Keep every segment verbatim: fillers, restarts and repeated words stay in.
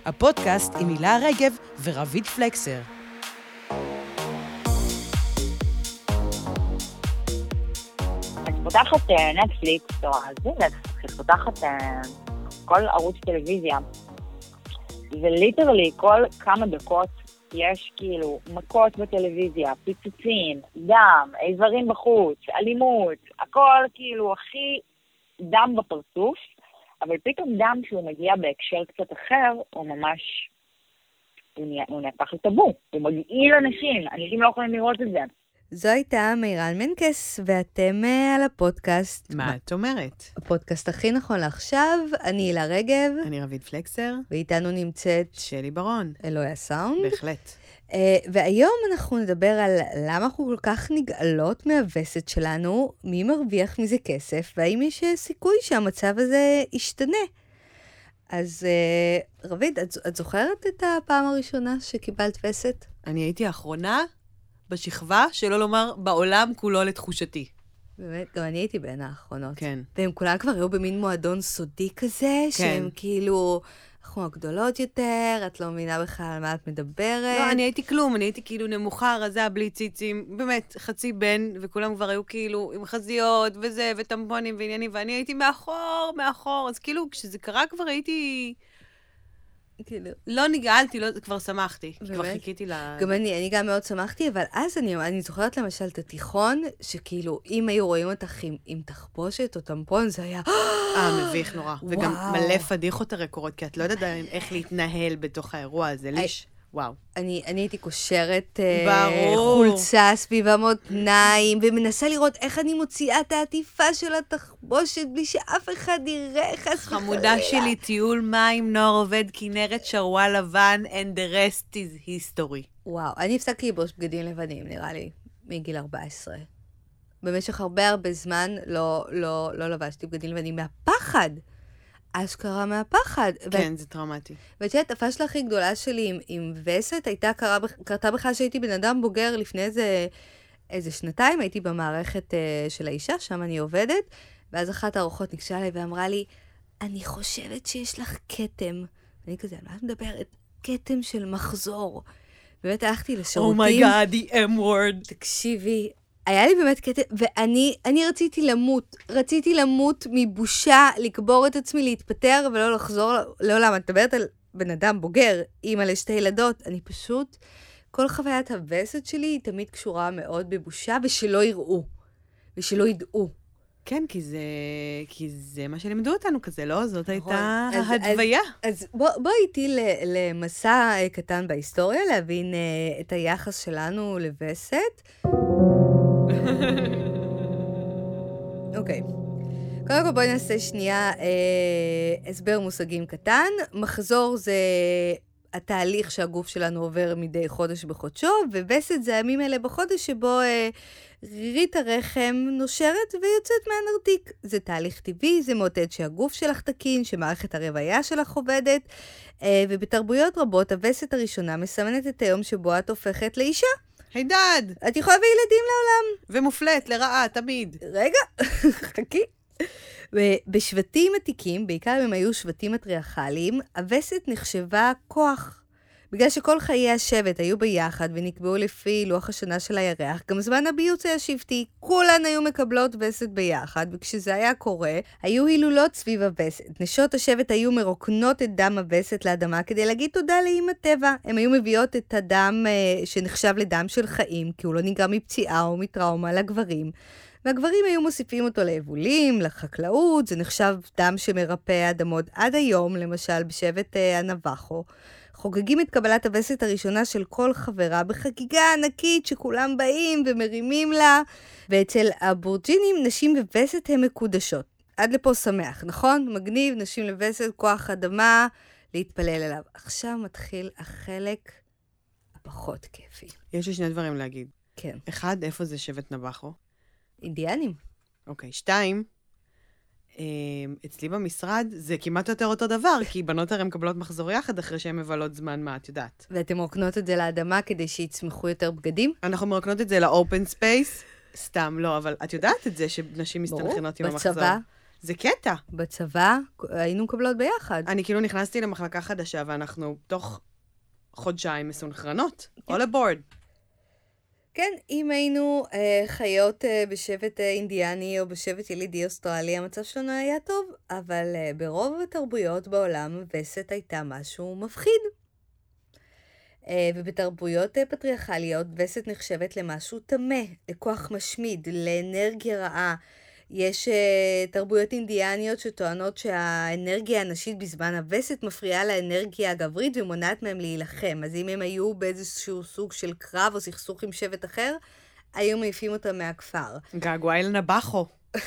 הפודקאסט עם הילה רגב ורבית פלקסר. אני פותחת נטפליקס, או זה נטפליקס, פותחת כל ערוץ טלוויזיה, וליטרלי כל כמה דקות יש כאילו מכות בטלוויזיה, פיצוצים, דם, איברים בחוץ, אלימות, הכל כאילו הכי דם בפרצוף, אבל פתאום דם שהוא מגיע בהקשר קצת אחר, הוא ממש, הוא נהפך לטאבו, הוא מגעיל אנשים, אנשים לא יכולים לראות את זה. זו הייתה מירל מנקס, ואתם על הפודקאסט. מה את אומרת? הפודקאסט הכי נכון לעכשיו, אני הילה רגב. אני רבית פלקסר. ואיתנו נמצאת שלי ברון. אלוהי הסאונד. בהחלט. Uh, והיום אנחנו נדבר על למה אנחנו כל כך נגאלות מהווסת שלנו, מי מרוויח מזה כסף, והאם יש סיכוי שהמצב הזה ישתנה. אז uh, רבית, את, את זוכרת את הפעם הראשונה שקיבלת וסת? אני הייתי האחרונה בשכבה, שלא לומר בעולם כולו לתחושתי. באמת, גם אני הייתי בין האחרונות. כן. והם כולם כבר היו במין מועדון סודי כזה, כן. שהם כאילו, אנחנו הגדולות יותר, את לא מבינה בכלל על מה את מדברת. לא, אני הייתי כלום, אני הייתי כאילו נמוכה, רזה, בלי ציצים, באמת, חצי בן, וכולם כבר היו כאילו עם חזיות וזה, וטמפונים ועניינים, ואני הייתי מאחור, מאחור, אז כאילו, כשזה קרה כבר הייתי... כאילו, לא נגעלתי, לא, כבר שמחתי, באמת? כבר חיכיתי ל... גם אני, אני גם מאוד שמחתי, אבל אז אני, אני זוכרת למשל את התיכון, שכאילו, אם היו רואים אותך עם, עם תחבושת או טמפון, זה היה... אה, מביך נורא. וואו. וגם מלא פדיחות הרקורות, כי את לא יודעת איך להתנהל בתוך האירוע הזה, ליש. וואו. אני, אני הייתי קושרת ברור. חולצה סביב המותניים, ומנסה לראות איך אני מוציאה את העטיפה של התחבושת, בלי שאף אחד יראה, חס וחלילה. חמודה שלי, טיול מים, נוער עובד, כנרת שרואה לבן, and the rest is history. וואו, אני הפסקתי לבוש בגדים לבנים, נראה לי, מגיל ארבע עשרה. במשך הרבה הרבה זמן לא, לא, לא לבשתי בגדים לבנים, מהפחד. אשכרה מהפחד. כן, ו... זה טראומטי. ואת יודעת, הפשלה הכי גדולה שלי עם, עם וסת, הייתה קרה, קרתה בכלל שהייתי בן אדם בוגר לפני איזה, איזה שנתיים, הייתי במערכת uh, של האישה, שם אני עובדת, ואז אחת הארוחות ניגשה אליי ואמרה לי, אני חושבת שיש לך קטם. ואני כזה, על מה את מדברת? קטם של מחזור. באמת הלכתי לשירותים. אומייגאד, the M word. תקשיבי, היה לי באמת קטע, ואני אני רציתי למות, רציתי למות מבושה, לקבור את עצמי, להתפטר ולא לחזור לעולם. אני מדברת על בן אדם בוגר, אימא לשתי ילדות, אני פשוט, כל חוויית הווסת שלי היא תמיד קשורה מאוד בבושה, ושלא יראו, ושלא ידעו. כן, כי זה, כי זה מה שלימדו אותנו כזה, לא? זאת הייתה ההדוויה. אז, אז בוא, בוא איתי למסע קטן בהיסטוריה, להבין את היחס שלנו לווסת. אוקיי. קודם כל בואי נעשה שנייה אה, הסבר מושגים קטן. מחזור זה התהליך שהגוף שלנו עובר מדי חודש בחודשו, ווסת זה הימים האלה בחודש שבו אה, רירית הרחם נושרת ויוצאת מהנרתיק. זה תהליך טבעי, זה מעודד שהגוף שלך תקין, שמערכת הרבייה שלך עובדת, אה, ובתרבויות רבות הווסת הראשונה מסמנת את היום שבו את הופכת לאישה. הידד! את יכולה להביא ילדים לעולם. ומופלט, לרעה, תמיד. רגע, חכי. בשבטים עתיקים, בעיקר אם הם היו שבטים מטריארכליים, הווסת נחשבה כוח. בגלל שכל חיי השבט היו ביחד ונקבעו לפי לוח השנה של הירח, גם זמן הביוץ היה שבטי, כולן היו מקבלות וסת ביחד, וכשזה היה קורה, היו הילולות סביב הווסת. נשות השבט היו מרוקנות את דם הווסת לאדמה כדי להגיד תודה לאמא טבע. הם היו מביאות את הדם אה, שנחשב לדם של חיים, כי הוא לא נגרם מפציעה או מטראומה לגברים. והגברים היו מוסיפים אותו לאבולים, לחקלאות, זה נחשב דם שמרפא אדמות עד היום, למשל בשבט אה, הנבחו. חוגגים את קבלת הווסת הראשונה של כל חברה בחגיגה ענקית שכולם באים ומרימים לה. ואצל הבורג'ינים נשים ווסת הן מקודשות. עד לפה שמח, נכון? מגניב, נשים לווסת, כוח אדמה, להתפלל אליו. עכשיו מתחיל החלק הפחות כיפי. יש לי שני דברים להגיד. כן. אחד, איפה זה שבט נבחו? אינדיאנים. אוקיי, שתיים, אצלי במשרד זה כמעט יותר אותו דבר, כי בנות הרי מקבלות מחזור יחד אחרי שהן מבלות זמן, מה את יודעת. ואתם מרוקנות את זה לאדמה כדי שיצמחו יותר בגדים? אנחנו מרוקנות את זה לאופן ספייס, סתם, לא, אבל את יודעת את זה שנשים מסתנכרנות עם המחזור. בצבא? זה קטע. בצבא היינו מקבלות ביחד. אני כאילו נכנסתי למחלקה חדשה, ואנחנו תוך חודשיים מסונכרנות. All aboard. כן, אם היינו אה, חיות אה, בשבט אה, אינדיאני או בשבט ילידי אוסטרלי, המצב שלנו היה טוב, אבל אה, ברוב התרבויות בעולם וסת הייתה משהו מפחיד. אה, ובתרבויות אה, פטריארכליות וסת נחשבת למשהו טמא, לכוח משמיד, לאנרגיה רעה. יש uh, תרבויות אינדיאניות שטוענות שהאנרגיה הנשית בזמן הווסת מפריעה לאנרגיה הגברית ומונעת מהם להילחם. אז אם הם היו באיזשהו סוג של קרב או סכסוך עם שבט אחר, היו מעיפים אותם מהכפר. געגועי לנבחו.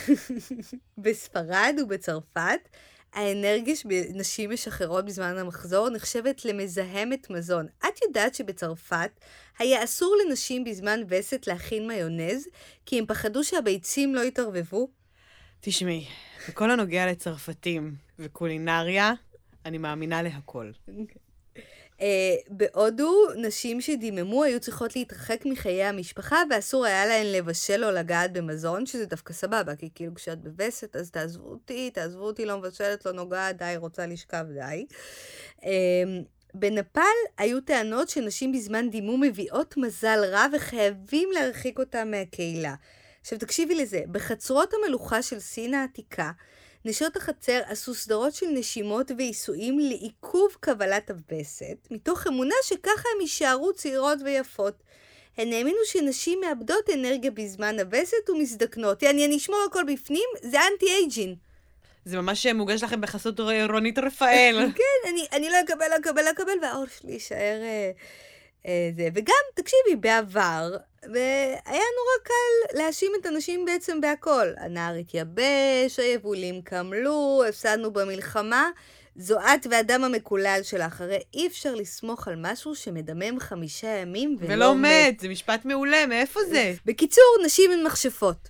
בספרד ובצרפת, האנרגיה שנשים משחררות בזמן המחזור נחשבת למזהמת מזון. את יודעת שבצרפת היה אסור לנשים בזמן וסת להכין מיונז, כי הם פחדו שהביצים לא יתערבבו? תשמעי, בכל הנוגע לצרפתים וקולינריה, אני מאמינה להכל. Uh, בהודו, נשים שדיממו היו צריכות להתרחק מחיי המשפחה, ואסור היה להן לבשל או לגעת במזון, שזה דווקא סבבה, כי כאילו כשאת בווסת, אז תעזבו אותי, תעזבו אותי, לא מבשלת, לא נוגעת, די, רוצה לשכב, די. Uh, בנפאל היו טענות שנשים בזמן דימום מביאות מזל רע, וחייבים להרחיק אותם מהקהילה. עכשיו תקשיבי לזה, בחצרות המלוכה של סין העתיקה, נשות החצר עשו סדרות של נשימות ועיסויים לעיכוב קבלת הווסת, מתוך אמונה שככה הם יישארו צעירות ויפות. הן האמינו שנשים מאבדות אנרגיה בזמן הווסת ומזדקנות. יעני, אני אשמור הכל בפנים, זה אנטי-אייג'ין. זה ממש מוגש לכם בחסות רונית רפאל. כן, אני, אני לא אקבל, לא אקבל, לא אקבל, והאור שלי יישאר אה, אה, זה. וגם, תקשיבי, בעבר, והיה נורא קל להאשים את הנשים בעצם בהכל. הנער התייבש, היבולים קמלו, הפסדנו במלחמה. זו את והדם המקולל שלך. הרי אי אפשר לסמוך על משהו שמדמם חמישה ימים ולא, ולא מת. זה משפט מעולה, מאיפה זה? בקיצור, נשים הן מכשפות.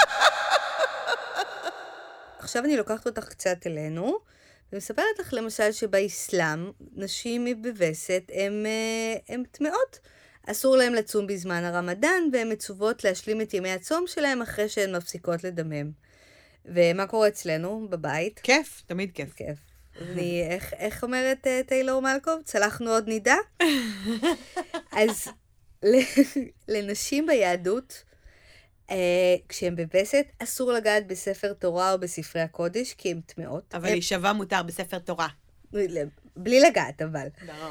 עכשיו אני לוקחת אותך קצת אלינו, ומספרת לך למשל שבאסלאם, נשים בווסת הן טמאות. אסור להם לצום בזמן הרמדאן, והן מצוות להשלים את ימי הצום שלהם אחרי שהן מפסיקות לדמם. ומה קורה אצלנו בבית? כיף, תמיד כיף. כיף. אני, איך, איך אומרת טיילור מלקוב? צלחנו עוד נידה? אז לנשים ביהדות, כשהן בווסת, אסור לגעת בספר תורה או בספרי הקודש, כי הן טמאות. אבל להישבע מותר בספר תורה. בלי לגעת, אבל. ברור.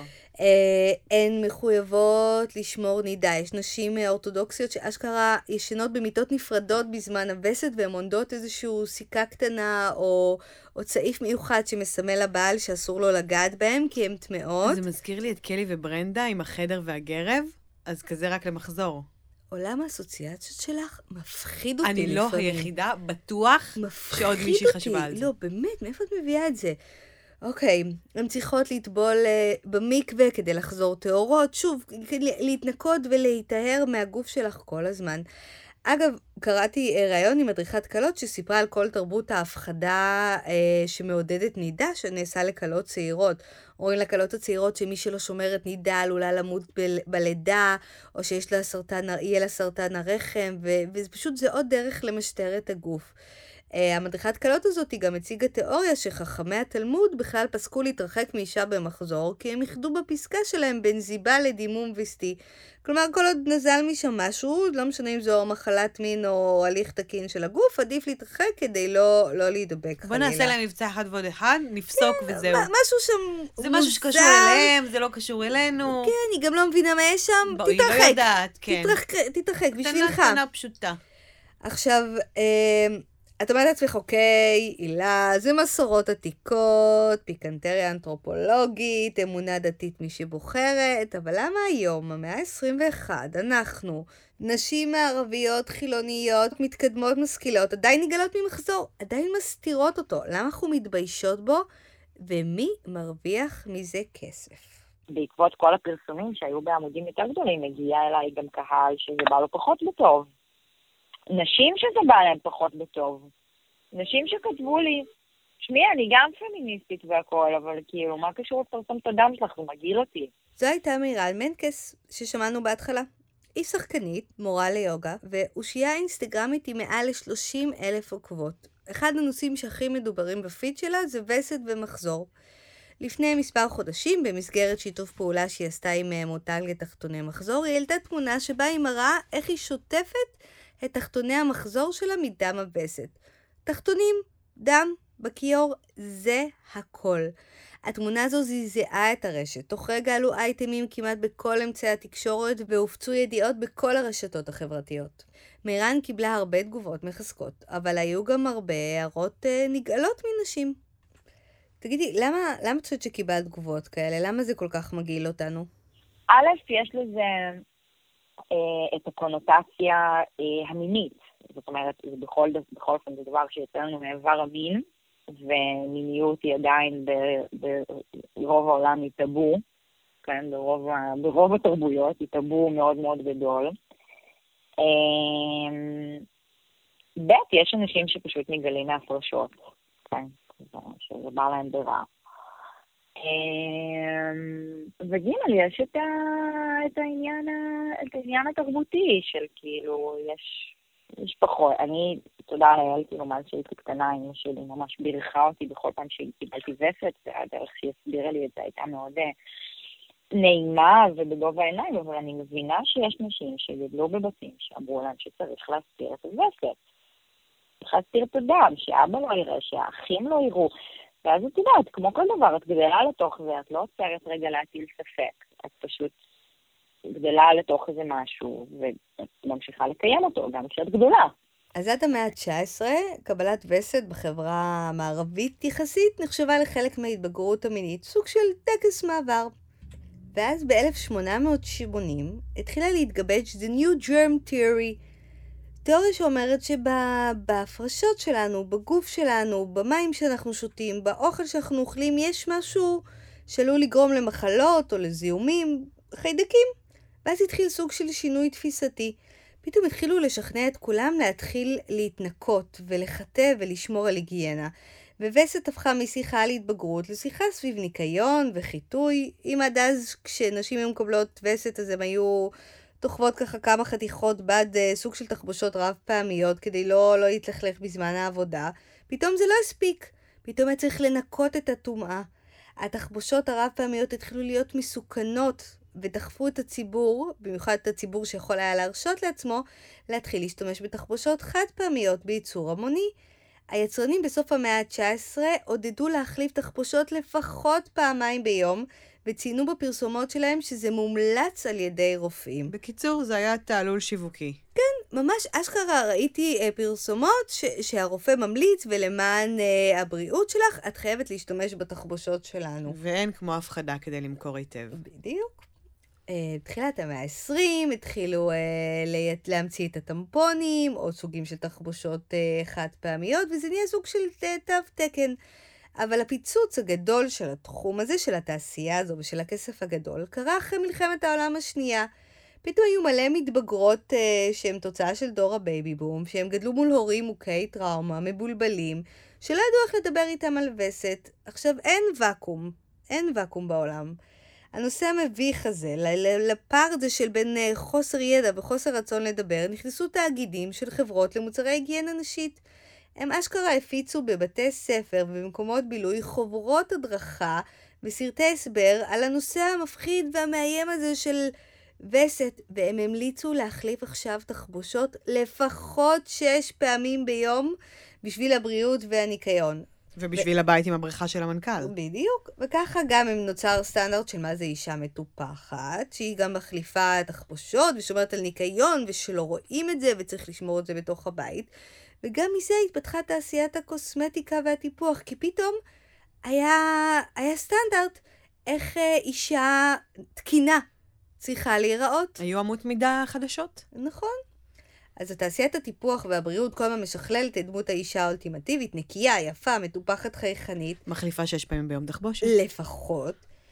הן מחויבות לשמור נידה. יש נשים אורתודוקסיות שאשכרה ישנות במיטות נפרדות בזמן הווסת, והן עונדות איזשהו סיכה קטנה או, או צעיף מיוחד שמסמל לבעל שאסור לו לגעת בהם, כי הן טמאות. זה מזכיר לי את קלי וברנדה עם החדר והגרב, אז כזה רק למחזור. עולם האסוציאציות שלך מפחיד אותי אני לפעמים. לא היחידה, בטוח שעוד מישהי חשבה על זה. לא, באמת, מאיפה את מביאה את זה? אוקיי, הן צריכות לטבול uh, במקווה כדי לחזור טהורות, שוב, להתנקות ולהיטהר מהגוף שלך כל הזמן. אגב, קראתי uh, ראיון עם מדריכת קלות שסיפרה על כל תרבות ההפחדה uh, שמעודדת נידה שנעשה לקלות צעירות. רואים לקלות הצעירות שמי שלא שומרת נידה עלולה למות ב- בלידה, או שיש לה סרטן, יהיה לה סרטן הרחם, ו- ופשוט זה עוד דרך למשטר את הגוף. Uh, המדריכת קלות הזאת היא גם הציגה תיאוריה שחכמי התלמוד בכלל פסקו להתרחק מאישה במחזור, כי הם יחדו בפסקה שלהם בין זיבה לדימום וסטי. כלומר, כל עוד נזל משם משהו, לא משנה אם זו מחלת מין או הליך תקין של הגוף, עדיף להתרחק כדי לא, לא להידבק חלילה. בוא נעשה להם מבצע אחד ועוד אחד, נפסוק כן, וזהו. משהו שם זה משהו שקשור אליהם, זה לא קשור אלינו. כן, אני גם לא מבינה מה יש שם, בוא, תתרחק. היא לא יודעת, כן. תתרחק, תתרחק, בשבילך. קטנה קטנה פשוטה. עכשיו, אה, את אומרת לעצמך, אוקיי, הילה, זה מסורות עתיקות, פיקנטריה אנתרופולוגית, אמונה דתית מי שבוחרת, אבל למה היום, המאה ה-עשרים ואחת, אנחנו, נשים מערביות, חילוניות, מתקדמות, משכילות, עדיין נגלות ממחזור, עדיין מסתירות אותו, למה אנחנו מתביישות בו, ומי מרוויח מזה כסף? בעקבות כל הפרסומים שהיו בעמודים יותר גדולים, הגיע אליי גם קהל שזה בא לו פחות בטוב. נשים שזה בא להם פחות בטוב. נשים שכתבו לי, שמי, אני גם פמיניסטית והכל, אבל כאילו, מה קשור לפרסם את הדם שלך? הוא מגעיל אותי. זו הייתה מיראל מנקס ששמענו בהתחלה. היא שחקנית, מורה ליוגה, ואושייה אינסטגרמית עם מעל ל-שלושים אלף עוקבות. אחד הנושאים שהכי מדוברים בפיד שלה זה וסת ומחזור. לפני מספר חודשים, במסגרת שיתוף פעולה שהיא עשתה עם מותג לתחתוני מחזור, היא העלתה תמונה שבה היא מראה איך היא שוטפת את תחתוני המחזור שלה מדם הווסת. תחתונים, דם, בכיור, זה הכל. התמונה הזו זעזעה את הרשת. תוך רגע עלו אייטמים כמעט בכל אמצעי התקשורת והופצו ידיעות בכל הרשתות החברתיות. מירן קיבלה הרבה תגובות מחזקות, אבל היו גם הרבה הערות אה, נגאלות מנשים. תגידי, למה, למה את חושבת שקיבלת תגובות כאלה? למה זה כל כך מגעיל אותנו? א', יש לזה אה, את הקונוטציה אה, המינית. זאת אומרת, זה בכל, בכל אופן זה דבר שיוצא לנו מאיבר המין, ומיניות היא עדיין ב- ברוב העולם היא טאבו, כן? ברוב, ברוב התרבויות היא טאבו מאוד מאוד גדול. ב', יש אנשים שפשוט נגלים מהפרשות, כן? שזה בא להם ברע. וג', יש את, ה, את, העניין, את העניין התרבותי של כאילו, יש... יש פחות, אני, תודה לאל, כאילו, מאז שהייתי קטנה, אמא שלי ממש בירכה אותי בכל פעם שקיבלתי וסת, והדרך שהיא הסבירה לי את זה הייתה מאוד נעימה ובגובה העיניים, אבל אני מבינה שיש נשים שגדלו בבתים שאמרו להם שצריך להסתיר את הווסת. צריך להסתיר את הדם, שאבא לא יראה, שהאחים לא יראו, ואז את יודעת, כמו כל דבר, את גדלה לתוך זה, את לא עוצרת רגע להטיל ספק, את פשוט גדלה לתוך איזה משהו, וממשיכה לקיים אותו, גם כשאת גדולה. אז עד המאה ה-תשע עשרה, קבלת וסת בחברה המערבית יחסית נחשבה לחלק מההתבגרות המינית, סוג של טקס מעבר. ואז ב-אלף שמונה מאות שמונים התחילה להתגבש The New Germ Theory, תיאוריה שאומרת שבהפרשות שלנו, בגוף שלנו, במים שאנחנו שותים, באוכל שאנחנו אוכלים, יש משהו שעלול לגרום למחלות או לזיהומים, חיידקים. ואז התחיל סוג של שינוי תפיסתי. פתאום התחילו לשכנע את כולם להתחיל להתנקות ולחטא ולשמור על היגיינה. ווסת הפכה משיחה להתבגרות לשיחה סביב ניקיון וחיטוי. אם עד אז כשנשים היו מקבלות וסת אז הם היו תוכבות ככה כמה חתיכות בד סוג של תחבושות רב פעמיות כדי לא, לא להתלכלך בזמן העבודה. פתאום זה לא הספיק. פתאום היה צריך לנקות את הטומאה. התחבושות הרב פעמיות התחילו להיות מסוכנות ודחפו את הציבור, במיוחד את הציבור שיכול היה להרשות לעצמו, להתחיל להשתמש בתחבושות חד פעמיות בייצור המוני. היצרנים בסוף המאה ה-תשע עשרה עודדו להחליף תחבושות לפחות פעמיים ביום, וציינו בפרסומות שלהם שזה מומלץ על ידי רופאים. בקיצור, זה היה תעלול שיווקי. כן, ממש אשכרה ראיתי אה, פרסומות ש- שהרופא ממליץ, ולמען אה, הבריאות שלך, את חייבת להשתמש בתחבושות שלנו. ואין כמו הפחדה כדי למכור היטב. בדיוק. בתחילת המאה ה-עשרים התחילו אה, להמציא את הטמפונים, או סוגים של תחבושות אה, חד פעמיות, וזה נהיה סוג של תו תקן. אבל הפיצוץ הגדול של התחום הזה, של התעשייה הזו ושל הכסף הגדול, קרה אחרי מלחמת העולם השנייה. פתאום היו מלא מתבגרות אה, שהם תוצאה של דור הבייבי בום, שהם גדלו מול הורים מוכי טראומה, מבולבלים, שלא ידעו איך לדבר איתם על וסת. עכשיו אין וקום, אין וקום בעולם. הנושא המביך הזה, לפער הזה של בין חוסר ידע וחוסר רצון לדבר, נכנסו תאגידים של חברות למוצרי היגיינה נשית. הם אשכרה הפיצו בבתי ספר ובמקומות בילוי חוברות הדרכה וסרטי הסבר על הנושא המפחיד והמאיים הזה של וסת, והם המליצו להחליף עכשיו תחבושות לפחות שש פעמים ביום בשביל הבריאות והניקיון. ובשביל ו... הבית עם הבריכה של המנכ"ל. בדיוק, וככה גם אם נוצר סטנדרט של מה זה אישה מטופחת, שהיא גם מחליפה תחבושות ושומרת על ניקיון ושלא רואים את זה וצריך לשמור את זה בתוך הבית. וגם מזה התפתחה תעשיית הקוסמטיקה והטיפוח, כי פתאום היה, היה סטנדרט איך אישה תקינה צריכה להיראות. היו אמות מידה חדשות. נכון. אז התעשיית הטיפוח והבריאות כל מה משכללת את דמות האישה האולטימטיבית, נקייה, יפה, מטופחת חייכנית. מחליפה שש פעמים ביום תחבושת. לפחות.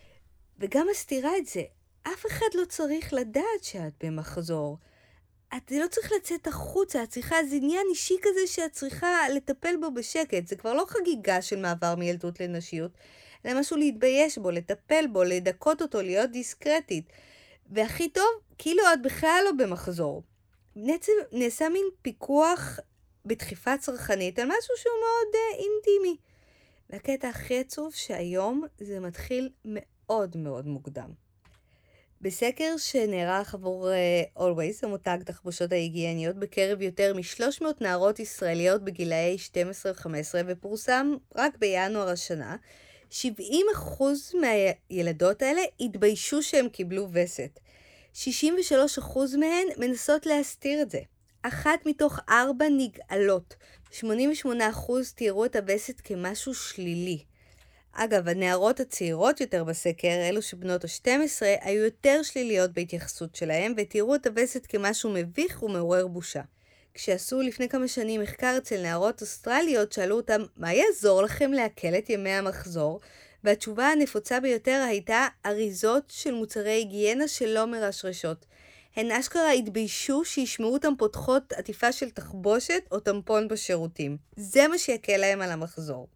וגם מסתירה את זה. אף אחד לא צריך לדעת שאת במחזור. את לא צריך לצאת החוצה, את צריכה, זה עניין אישי כזה שאת צריכה לטפל בו בשקט. זה כבר לא חגיגה של מעבר מילדות לנשיות, אלא משהו להתבייש בו, לטפל בו, לדקות אותו, להיות דיסקרטית. והכי טוב, כאילו את בכלל לא במחזור. נעצה, נעשה מין פיקוח בדחיפה צרכנית על משהו שהוא מאוד uh, אינטימי. והקטע הכי עצוב שהיום זה מתחיל מאוד מאוד מוקדם. בסקר שנערך עבור uh, Always, המותג תחבושות ההיגייניות, בקרב יותר מ-שלוש מאות נערות ישראליות בגילאי שתים עשרה חמש עשרה, ופורסם רק בינואר השנה, שבעים אחוז מהילדות האלה התביישו שהם קיבלו וסת. שישים ושלושה אחוז מהן מנסות להסתיר את זה. אחת מתוך ארבע נגאלות. שמונים ושמונה אחוז תיארו את הווסת כמשהו שלילי. אגב, הנערות הצעירות יותר בסקר, אלו שבנות ה-שתים עשרה, היו יותר שליליות בהתייחסות שלהם, ותיארו את הווסת כמשהו מביך ומעורר בושה. כשעשו לפני כמה שנים מחקר אצל נערות אוסטרליות, שאלו אותם, מה יעזור לכם להקל את ימי המחזור? והתשובה הנפוצה ביותר הייתה אריזות של מוצרי היגיינה שלא מרשרשות. הן אשכרה התביישו שישמעו אותם פותחות עטיפה של תחבושת או טמפון בשירותים. זה מה שיקל להם על המחזור.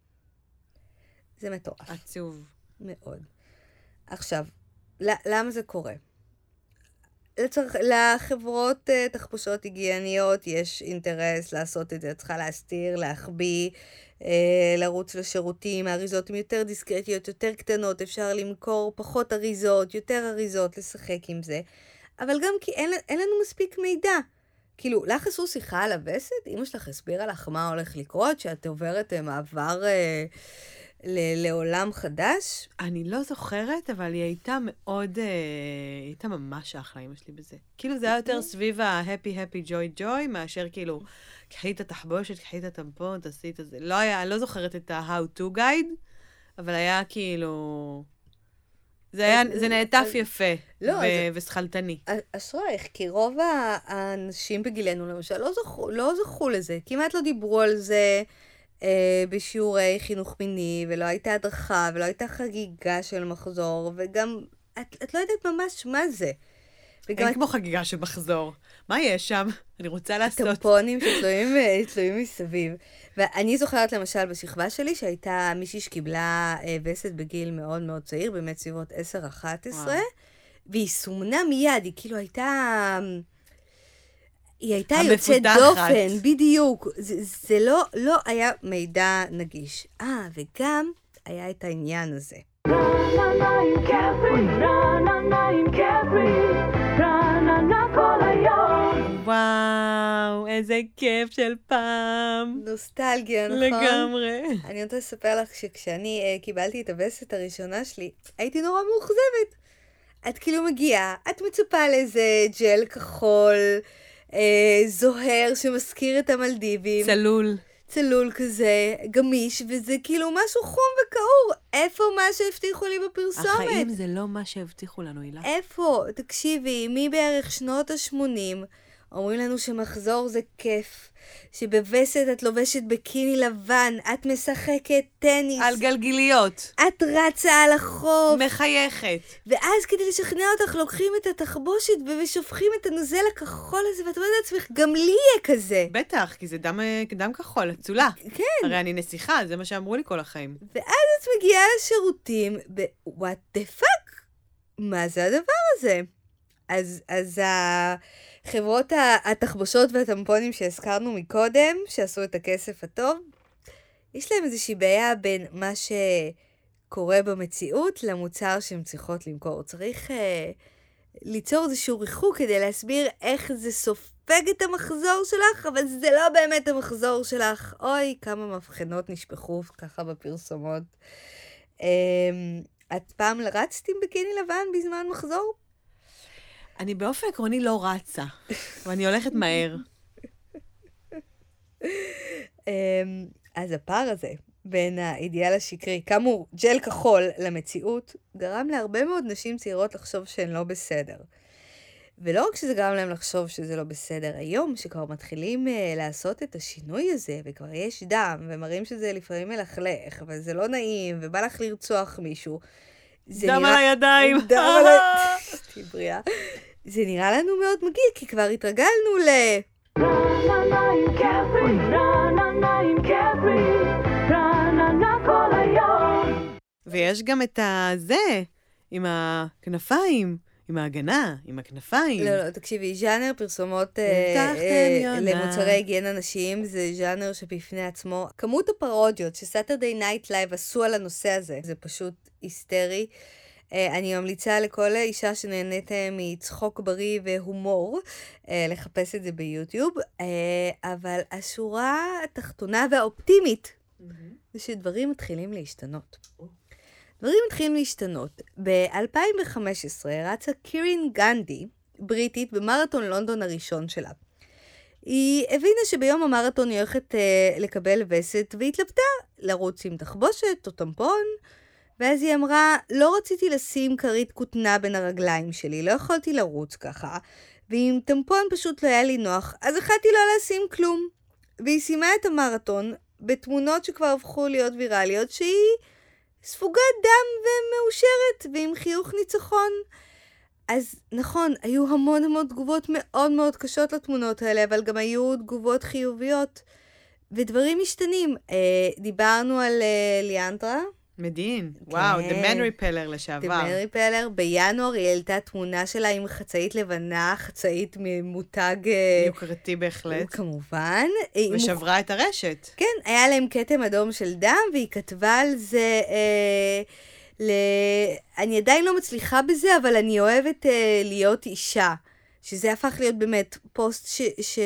זה מטורף. עצוב. מאוד. עכשיו, למה זה קורה? לצרכ... לחברות uh, תחבושות היגייניות יש אינטרס לעשות את זה. צריכה להסתיר, להחביא, uh, לרוץ לשירותים. האריזות הן יותר דיסקרטיות, יותר קטנות. אפשר למכור פחות אריזות, יותר אריזות, לשחק עם זה. אבל גם כי אין, אין לנו מספיק מידע. כאילו, לך עשו שיחה על הווסת? אמא שלך הסבירה לך מה הולך לקרות, שאת עוברת uh, מעבר... Uh, לעולם חדש? אני לא זוכרת, אבל היא הייתה מאוד, היא הייתה ממש אחלה, אמא שלי בזה. כאילו זה היה יותר סביב ה-happy, happy, joy, joy, מאשר כאילו, קחי את התחבושת, קחי את הטמפון, תעשי את זה. לא היה, אני לא זוכרת את ה-how to guide, אבל היה כאילו... זה היה, זה נעטף יפה ושכלתני. אשרייך, כי רוב האנשים בגילנו, למשל, לא זכו לזה. כמעט לא דיברו על זה... בשיעורי חינוך מיני, ולא הייתה הדרכה, ולא הייתה חגיגה של מחזור, וגם, את, את לא יודעת ממש מה זה. אין את... כמו חגיגה של מחזור. מה יש שם? אני רוצה לעשות. טמפונים שתלויים מסביב. ואני זוכרת למשל בשכבה שלי, שהייתה מישהי שקיבלה וסת בגיל מאוד מאוד צעיר, באמת סביבות עשר אחת עשרה, והיא סומנה מיד, היא כאילו הייתה... היא הייתה יוצאת דופן, בדיוק. זה, זה לא, לא היה מידע נגיש. אה, וגם היה את העניין הזה. וואו, איזה כיף של פעם. נוסטלגיה, נכון? לגמרי. אני רוצה לספר לך שכשאני uh, קיבלתי את הווסת הראשונה שלי, הייתי נורא מאוכזבת. את כאילו מגיעה, את מצפה לאיזה ג'ל כחול, אה, זוהר שמזכיר את המלדיבים. צלול. צלול כזה, גמיש, וזה כאילו משהו חום וקעור. איפה מה שהבטיחו לי בפרסומת? החיים זה לא מה שהבטיחו לנו, אילה. איפה? תקשיבי, מי בערך שנות ה-שמונים אומרים לנו שמחזור זה כיף, שבווסת את לובשת בקיני לבן, את משחקת טניס. על גלגיליות. את רצה על החוף. מחייכת. ואז כדי לשכנע אותך לוקחים את התחבושת ומשופכים את הנוזל הכחול הזה, ואת אומרת לעצמך, גם לי יהיה כזה. בטח, כי זה דם, דם כחול, אצולה. כן. הרי אני נסיכה, זה מה שאמרו לי כל החיים. ואז את מגיעה לשירותים, ו-what the fuck? מה זה הדבר הזה? אז, אז החברות התחבושות והטמפונים שהזכרנו מקודם, שעשו את הכסף הטוב, יש להם איזושהי בעיה בין מה שקורה במציאות למוצר שהן צריכות למכור. צריך אה, ליצור איזשהו ריחוק כדי להסביר איך זה סופג את המחזור שלך, אבל זה לא באמת המחזור שלך. אוי, כמה מבחנות נשפכו ככה בפרסומות. אה, את פעם רצת עם בקיני לבן בזמן מחזור? אני באופן עקרוני לא רצה, ואני הולכת מהר. אז הפער הזה בין האידיאל השקרי, כאמור ג'ל כחול למציאות, גרם להרבה מאוד נשים צעירות לחשוב שהן לא בסדר. ולא רק שזה גרם להם לחשוב שזה לא בסדר, היום שכבר מתחילים uh, לעשות את השינוי הזה, וכבר יש דם, ומראים שזה לפעמים מלכלך, וזה לא נעים, ובא לך לרצוח מישהו. דם על הידיים. דם על הידיים. תבריאה. זה נראה לנו מאוד מגעיל, כי כבר התרגלנו ל... ויש גם את הזה, עם הכנפיים, עם ההגנה, עם הכנפיים. לא, לא, תקשיבי, ז'אנר פרסומות הבטחתם אה, יונה. למוצרי היגיינה נשיים, זה ז'אנר שבפני עצמו. כמות הפרודיות שסאטרדיי נייט לייב עשו על הנושא הזה, זה פשוט היסטרי. אה, אני ממליצה לכל אישה שנהנית אה, מצחוק בריא והומור, אה, לחפש את זה ביוטיוב, אה, אבל השורה התחתונה והאופטימית, זה שדברים מתחילים להשתנות. דברים מתחילים להשתנות. ב-אלפיים וחמש עשרה רצה קירין גנדי, בריטית, במרתון לונדון הראשון שלה. היא הבינה שביום המרתון היא הולכת אה, לקבל וסת, והתלבטה לרוץ עם תחבושת או טמפון, ואז היא אמרה, לא רציתי לשים כרית כותנה בין הרגליים שלי, לא יכולתי לרוץ ככה, ועם טמפון פשוט לא היה לי נוח, אז החלטתי לא לשים כלום. והיא סיימה את המרתון בתמונות שכבר הפכו להיות ויראליות, שהיא ספוגת דם ומאושרת, ועם חיוך ניצחון. אז נכון, היו המון המון תגובות מאוד מאוד קשות לתמונות האלה, אבל גם היו תגובות חיוביות, ודברים משתנים. אה, דיברנו על אה, ליאנדרה. מדהים. וואו, The Man Repeller לשעבר. The Man Repeller. בינואר היא העלתה תמונה שלה עם חצאית לבנה, חצאית ממותג... יוקרתי בהחלט. כמובן. ושברה את הרשת. כן, היה להם כתם אדום של דם, והיא כתבה על זה... אה, ל... אני עדיין לא מצליחה בזה, אבל אני אוהבת אה, להיות אישה. שזה הפך להיות באמת פוסט ש...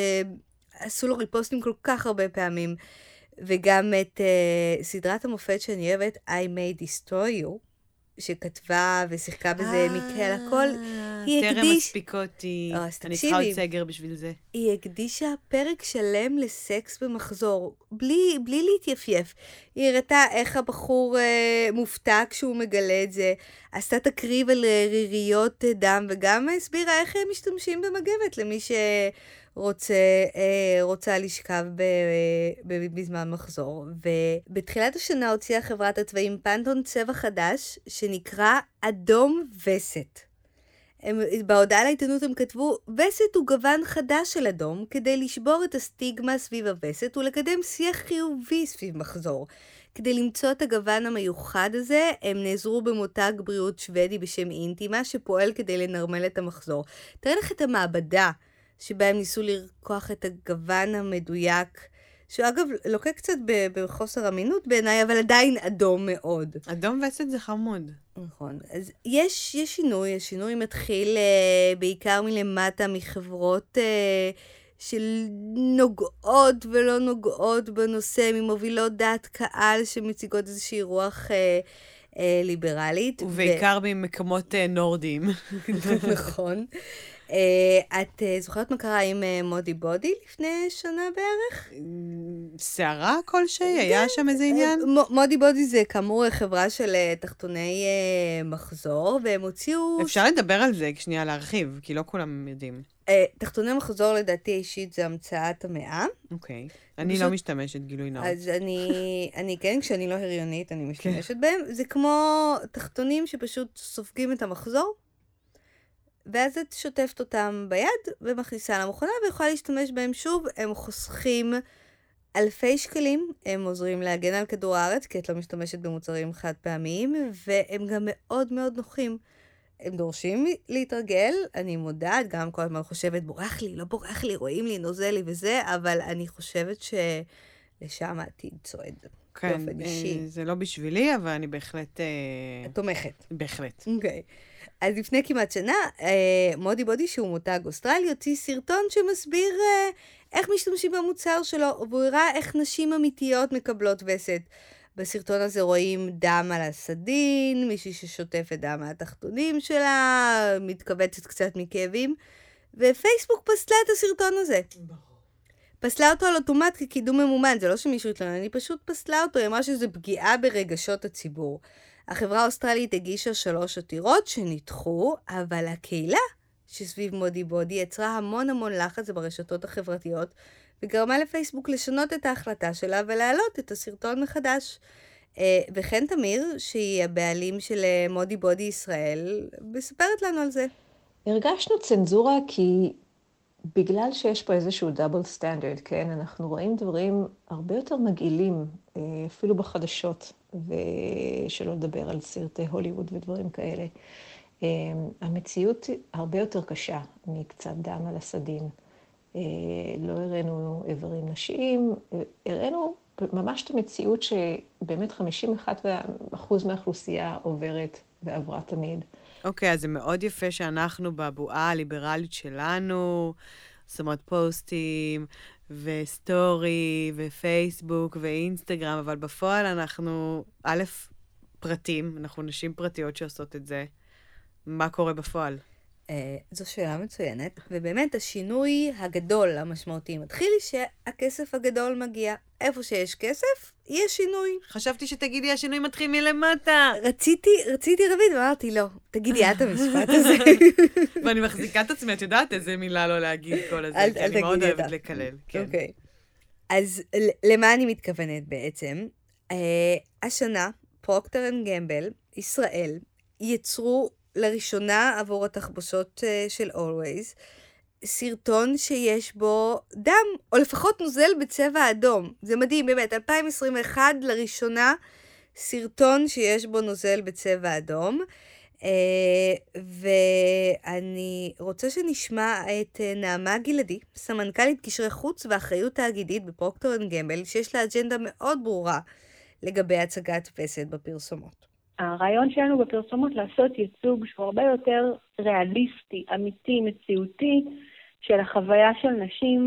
שעשו לו ריפוסטים כל כך הרבה פעמים. וגם את uh, סדרת המופת שאני אוהבת, I May Destroy You, שכתבה ושיחקה בזה מיקל הכל, היא הקדיש... טרם מספיקותי, אני צריכה עוד סגר בשביל זה. היא הקדישה פרק שלם לסקס במחזור, בלי, בלי להתייפייף. היא הראתה איך הבחור uh, מופתע כשהוא מגלה את זה, עשתה תקריב על ריריות דם, וגם הסבירה איך הם משתמשים במגבת למי ש... רוצה, רוצה לשכב בזמן מחזור. ובתחילת השנה הוציאה חברת הצבעים פנטון צבע חדש, שנקרא אדום וסת. הם, בהודעה לעיתונות הם כתבו, וסת הוא גוון חדש של אדום, כדי לשבור את הסטיגמה סביב הווסת, ולקדם שיח חיובי סביב מחזור. כדי למצוא את הגוון המיוחד הזה, הם נעזרו במותג בריאות שוודי בשם אינטימה, שפועל כדי לנרמל את המחזור. תראה לך את המעבדה, שבה הם ניסו לרקוח את הגוון המדויק, שהוא אגב לוקח קצת בחוסר אמינות בעיניי, אבל עדיין אדום מאוד. אדום וסת זה חמוד. נכון. אז יש, יש שינוי, השינוי מתחיל אה, בעיקר מלמטה מחברות אה, של נוגעות ולא נוגעות בנושא, ממובילות דעת קהל שמציגות איזושהי רוח אה, אה, ליברלית. ובעיקר ו... ממקומות אה, נורדיים. נכון. Uh, את uh, זוכרת מה קרה עם uh, מודי בודי לפני שנה בערך? שערה כלשהי? היה שם איזה עניין? Uh, מודי בודי זה כאמור חברה של uh, תחתוני uh, מחזור, והם הוציאו... אפשר לדבר על זה, שנייה להרחיב, כי לא כולם יודעים. Uh, תחתוני מחזור לדעתי אישית זה המצאת המאה. אוקיי. Okay. אני לא משתמשת, גילוי נאות. אז אני, אני כן, כשאני לא הריונית, אני משתמשת בהם. זה כמו תחתונים שפשוט סופגים את המחזור, ואז את שוטפת אותם ביד ומכניסה למכונה ויכולה להשתמש בהם שוב. הם חוסכים אלפי שקלים, הם עוזרים להגן על כדור הארץ, כי את לא משתמשת במוצרים חד פעמיים, והם גם מאוד מאוד נוחים. הם דורשים להתרגל, אני מודעת, גם כל הזמן חושבת, בורח לי, לא בורח לי, רואים לי, נוזל לי וזה, אבל אני חושבת שלשם העתיד צועד. כן, באופן אישי. זה לא בשבילי, אבל אני בהחלט... תומכת. בהחלט. אוקיי. אז לפני כמעט שנה, מודי בודי, שהוא מותג אוסטרלי, הוציא סרטון שמסביר איך משתמשים במוצר שלו, והוא הראה איך נשים אמיתיות מקבלות וסת. בסרטון הזה רואים דם על הסדין, מישהי ששוטפת דם מהתחתונים שלה, מתכווצת קצת מכאבים, ופייסבוק פסלה את הסרטון הזה. פסלה אותו על אוטומט כקידום ממומן, זה לא שמישהו התלונן, אני פשוט פסלה אותו, היא אמרה שזה פגיעה ברגשות הציבור. החברה האוסטרלית הגישה שלוש עתירות שנדחו, אבל הקהילה שסביב מודי בודי יצרה המון המון לחץ ברשתות החברתיות, וגרמה לפייסבוק לשנות את ההחלטה שלה ולהעלות את הסרטון מחדש. וכן תמיר, שהיא הבעלים של מודי בודי ישראל, מספרת לנו על זה. הרגשנו צנזורה כי בגלל שיש פה איזשהו דאבל סטנדרד, כן, אנחנו רואים דברים הרבה יותר מגעילים, אפילו בחדשות, ושלא לדבר על סרטי הוליווד ודברים כאלה. המציאות הרבה יותר קשה מקצת דם על הסדין. לא הראינו איברים נשיים, הראינו ממש את המציאות שבאמת חמישים ואחד אחוז מהאוכלוסייה עוברת ועברה תמיד. אוקיי, אז זה מאוד יפה שאנחנו בבועה הליברלית שלנו, שמות פוסטים וסטורי ופייסבוק ואינסטגרם, אבל בפועל אנחנו, א', פרטים, אנחנו נשים פרטיות שעושות את זה. מה קורה בפועל? זו שאלה מצוינת, ובאמת השינוי הגדול, המשמעותי, מתחיל שהכסף הגדול מגיע. איפה שיש כסף, יש שינוי. חשבתי שתגידי, השינוי מתחיל מלמטה. רציתי, רציתי רבית, ואמרתי, לא, תגידי את המשפט הזה. ואני מחזיקה את עצמי, את יודעת איזה מילה לא להגיד כל הזה, אל, כי אל אני מאוד תגידי אוהבת לקלל. כן. אוקיי. אז למה אני מתכוונת בעצם? Uh, השנה, פרוקטר אנד גמבל, ישראל, יצרו לראשונה עבור התחבושות uh, של Always, סרטון שיש בו דם, או לפחות נוזל בצבע אדום. זה מדהים, באמת, אלפיים עשרים ואחת לראשונה סרטון שיש בו נוזל בצבע אדום. Uh, ואני רוצה שנשמע את uh, נעמה גלעדי, סמנכ"לית קשרי חוץ ואחריות תאגידית בפרוקטר אנד גמבל, שיש לה אג'נדה מאוד ברורה לגבי הצגת וסת בפרסומות. הרעיון שלנו בפרסומות לעשות ייצוג שהוא הרבה יותר ריאליסטי, אמיתי, מציאותי, של החוויה של נשים,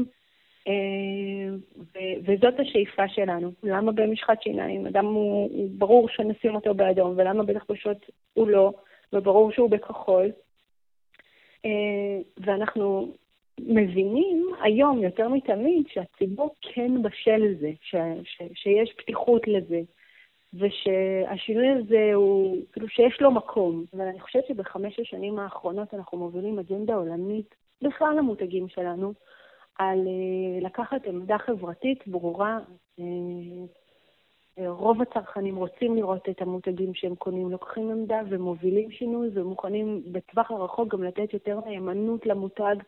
ו- וזאת השאיפה שלנו. למה במשחת שיניים? אדם הוא, הוא ברור שנשים אותו באדום, ולמה בתחבושות הוא לא, וברור שהוא בכחול. ואנחנו מבינים היום יותר מתמיד שהציבור כן בשל לזה, ש- ש- שיש פתיחות לזה. ושהשינוי הזה הוא, כאילו שיש לו מקום. אבל אני חושבת שבחמש השנים האחרונות אנחנו מובילים אג'נדה עולמית בכלל למותגים שלנו, על uh, לקחת עמדה חברתית ברורה. Uh, רוב הצרכנים רוצים לראות את המותגים שהם קונים, לוקחים עמדה ומובילים שינוי, ומוכנים בטווח הרחוק גם לתת יותר נאמנות למותג,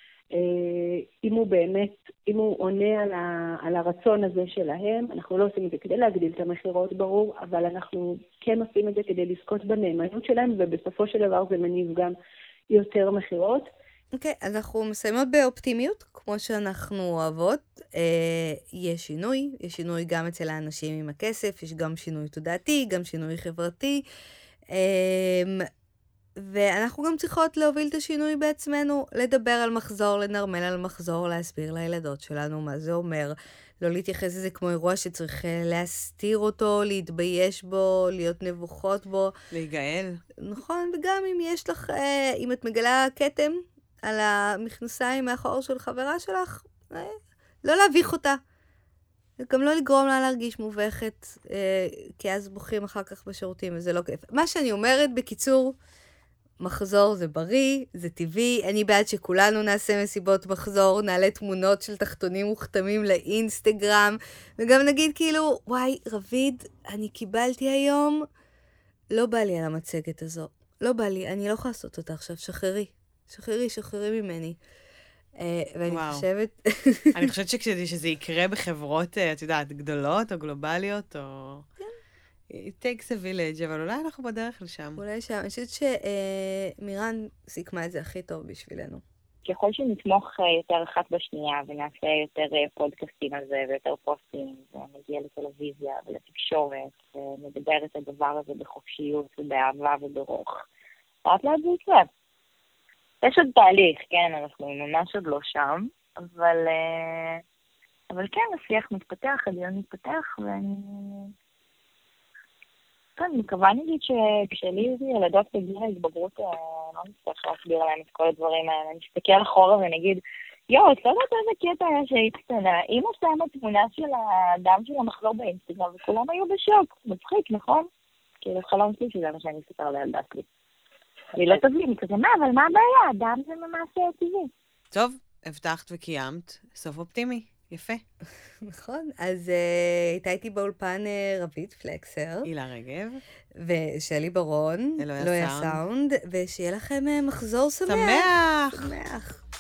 אם הוא באמת, אם הוא עונה על, ה, על הרצון הזה שלהם. אנחנו לא עושים את זה כדי להגדיל את המחירות, ברור, אבל אנחנו כן עושים את זה כדי לזכות בנאמנות שלהם, ובסופו של דבר זה מניב גם יותר מחירות. אוקיי, okay, אז אנחנו מסיימות באופטימיות, כמו שאנחנו אוהבות. אה, יש שינוי, יש שינוי גם אצל האנשים עם הכסף, יש גם שינוי תודעתי, גם שינוי חברתי. אה, ואנחנו גם צריכות להוביל את השינוי בעצמנו, לדבר על מחזור, לנרמל על מחזור, להסביר לילדות שלנו מה זה אומר, לא להתייחס לזה כמו אירוע שצריך להסתיר אותו, להתבייש בו, להיות נבוכות בו. להיגאל. נכון, וגם אם יש לך, אה, אם את מגלה כתם על המכנסיים מאחור של חברה שלך, אה, לא להביך אותה. גם לא לגרום לה להרגיש מובכת, אה, כי אז בוכים אחר כך בשירותים, וזה לא כיף. מה שאני אומרת, בקיצור, מחזור זה בריא, זה טבעי, אני בעד שכולנו נעשה מסיבות מחזור, נעלה תמונות של תחתונים מוכתמים לאינסטגרם, וגם נגיד כאילו, וואי, רביד, אני קיבלתי היום, לא בא לי על המצגת הזו, לא בא לי, אני לא יכולה לעשות אותה עכשיו, שחררי, שחררי, שחררי ממני. ואני וואו. חושבת... אני חושבת שכשזה יקרה בחברות, את יודעת, גדולות או גלובליות, או... It takes a village, אבל אולי אנחנו בדרך לשם. אולי שם. אני חושבת שמירן סיכמה את זה הכי טוב בשבילנו. ככל שנתמוך יותר אחת בשנייה, ונעשה יותר פודקאסטים על זה, ויותר פוסטים, ונגיע לטלוויזיה ולתקשורת, ונדבר את הדבר הזה בחופשיות ובאהבה וברוך. לאט לאט זה יקרה. יש עוד תהליך, כן, אנחנו ממש עוד לא שם, אבל, אבל כן, השיח מתפתח, הדיון מתפתח, ואני... אני מקווה נגיד שכשלי ילדות בגיל ההתבגרות, לא נצטרך להסביר להם את כל הדברים האלה. נסתכל אחורה ונגיד, יו, את לא יודעת איזה קטע היה שהיית קטנה. אמא שמה תמונה של האדם של המחזור באינסטגרם, וכולם היו בשוק. מצחיק, נכון? כאילו, חלום שלי שזה מה שאני אספר לילדה שלי. היא לא תבין, כזה, מה, אבל מה הבעיה? אדם זה ממש טבעי. טוב, הבטחת וקיימת. סוף אופטימי. יפה. נכון, אז uh, הייתה איתי באולפן uh, רבית פלקסר. הילה רגב. ושלי ברון. אלוהי אלוהי הסאונד. הסאונד. ושיהיה לכם uh, מחזור שמח. שמח. שמח.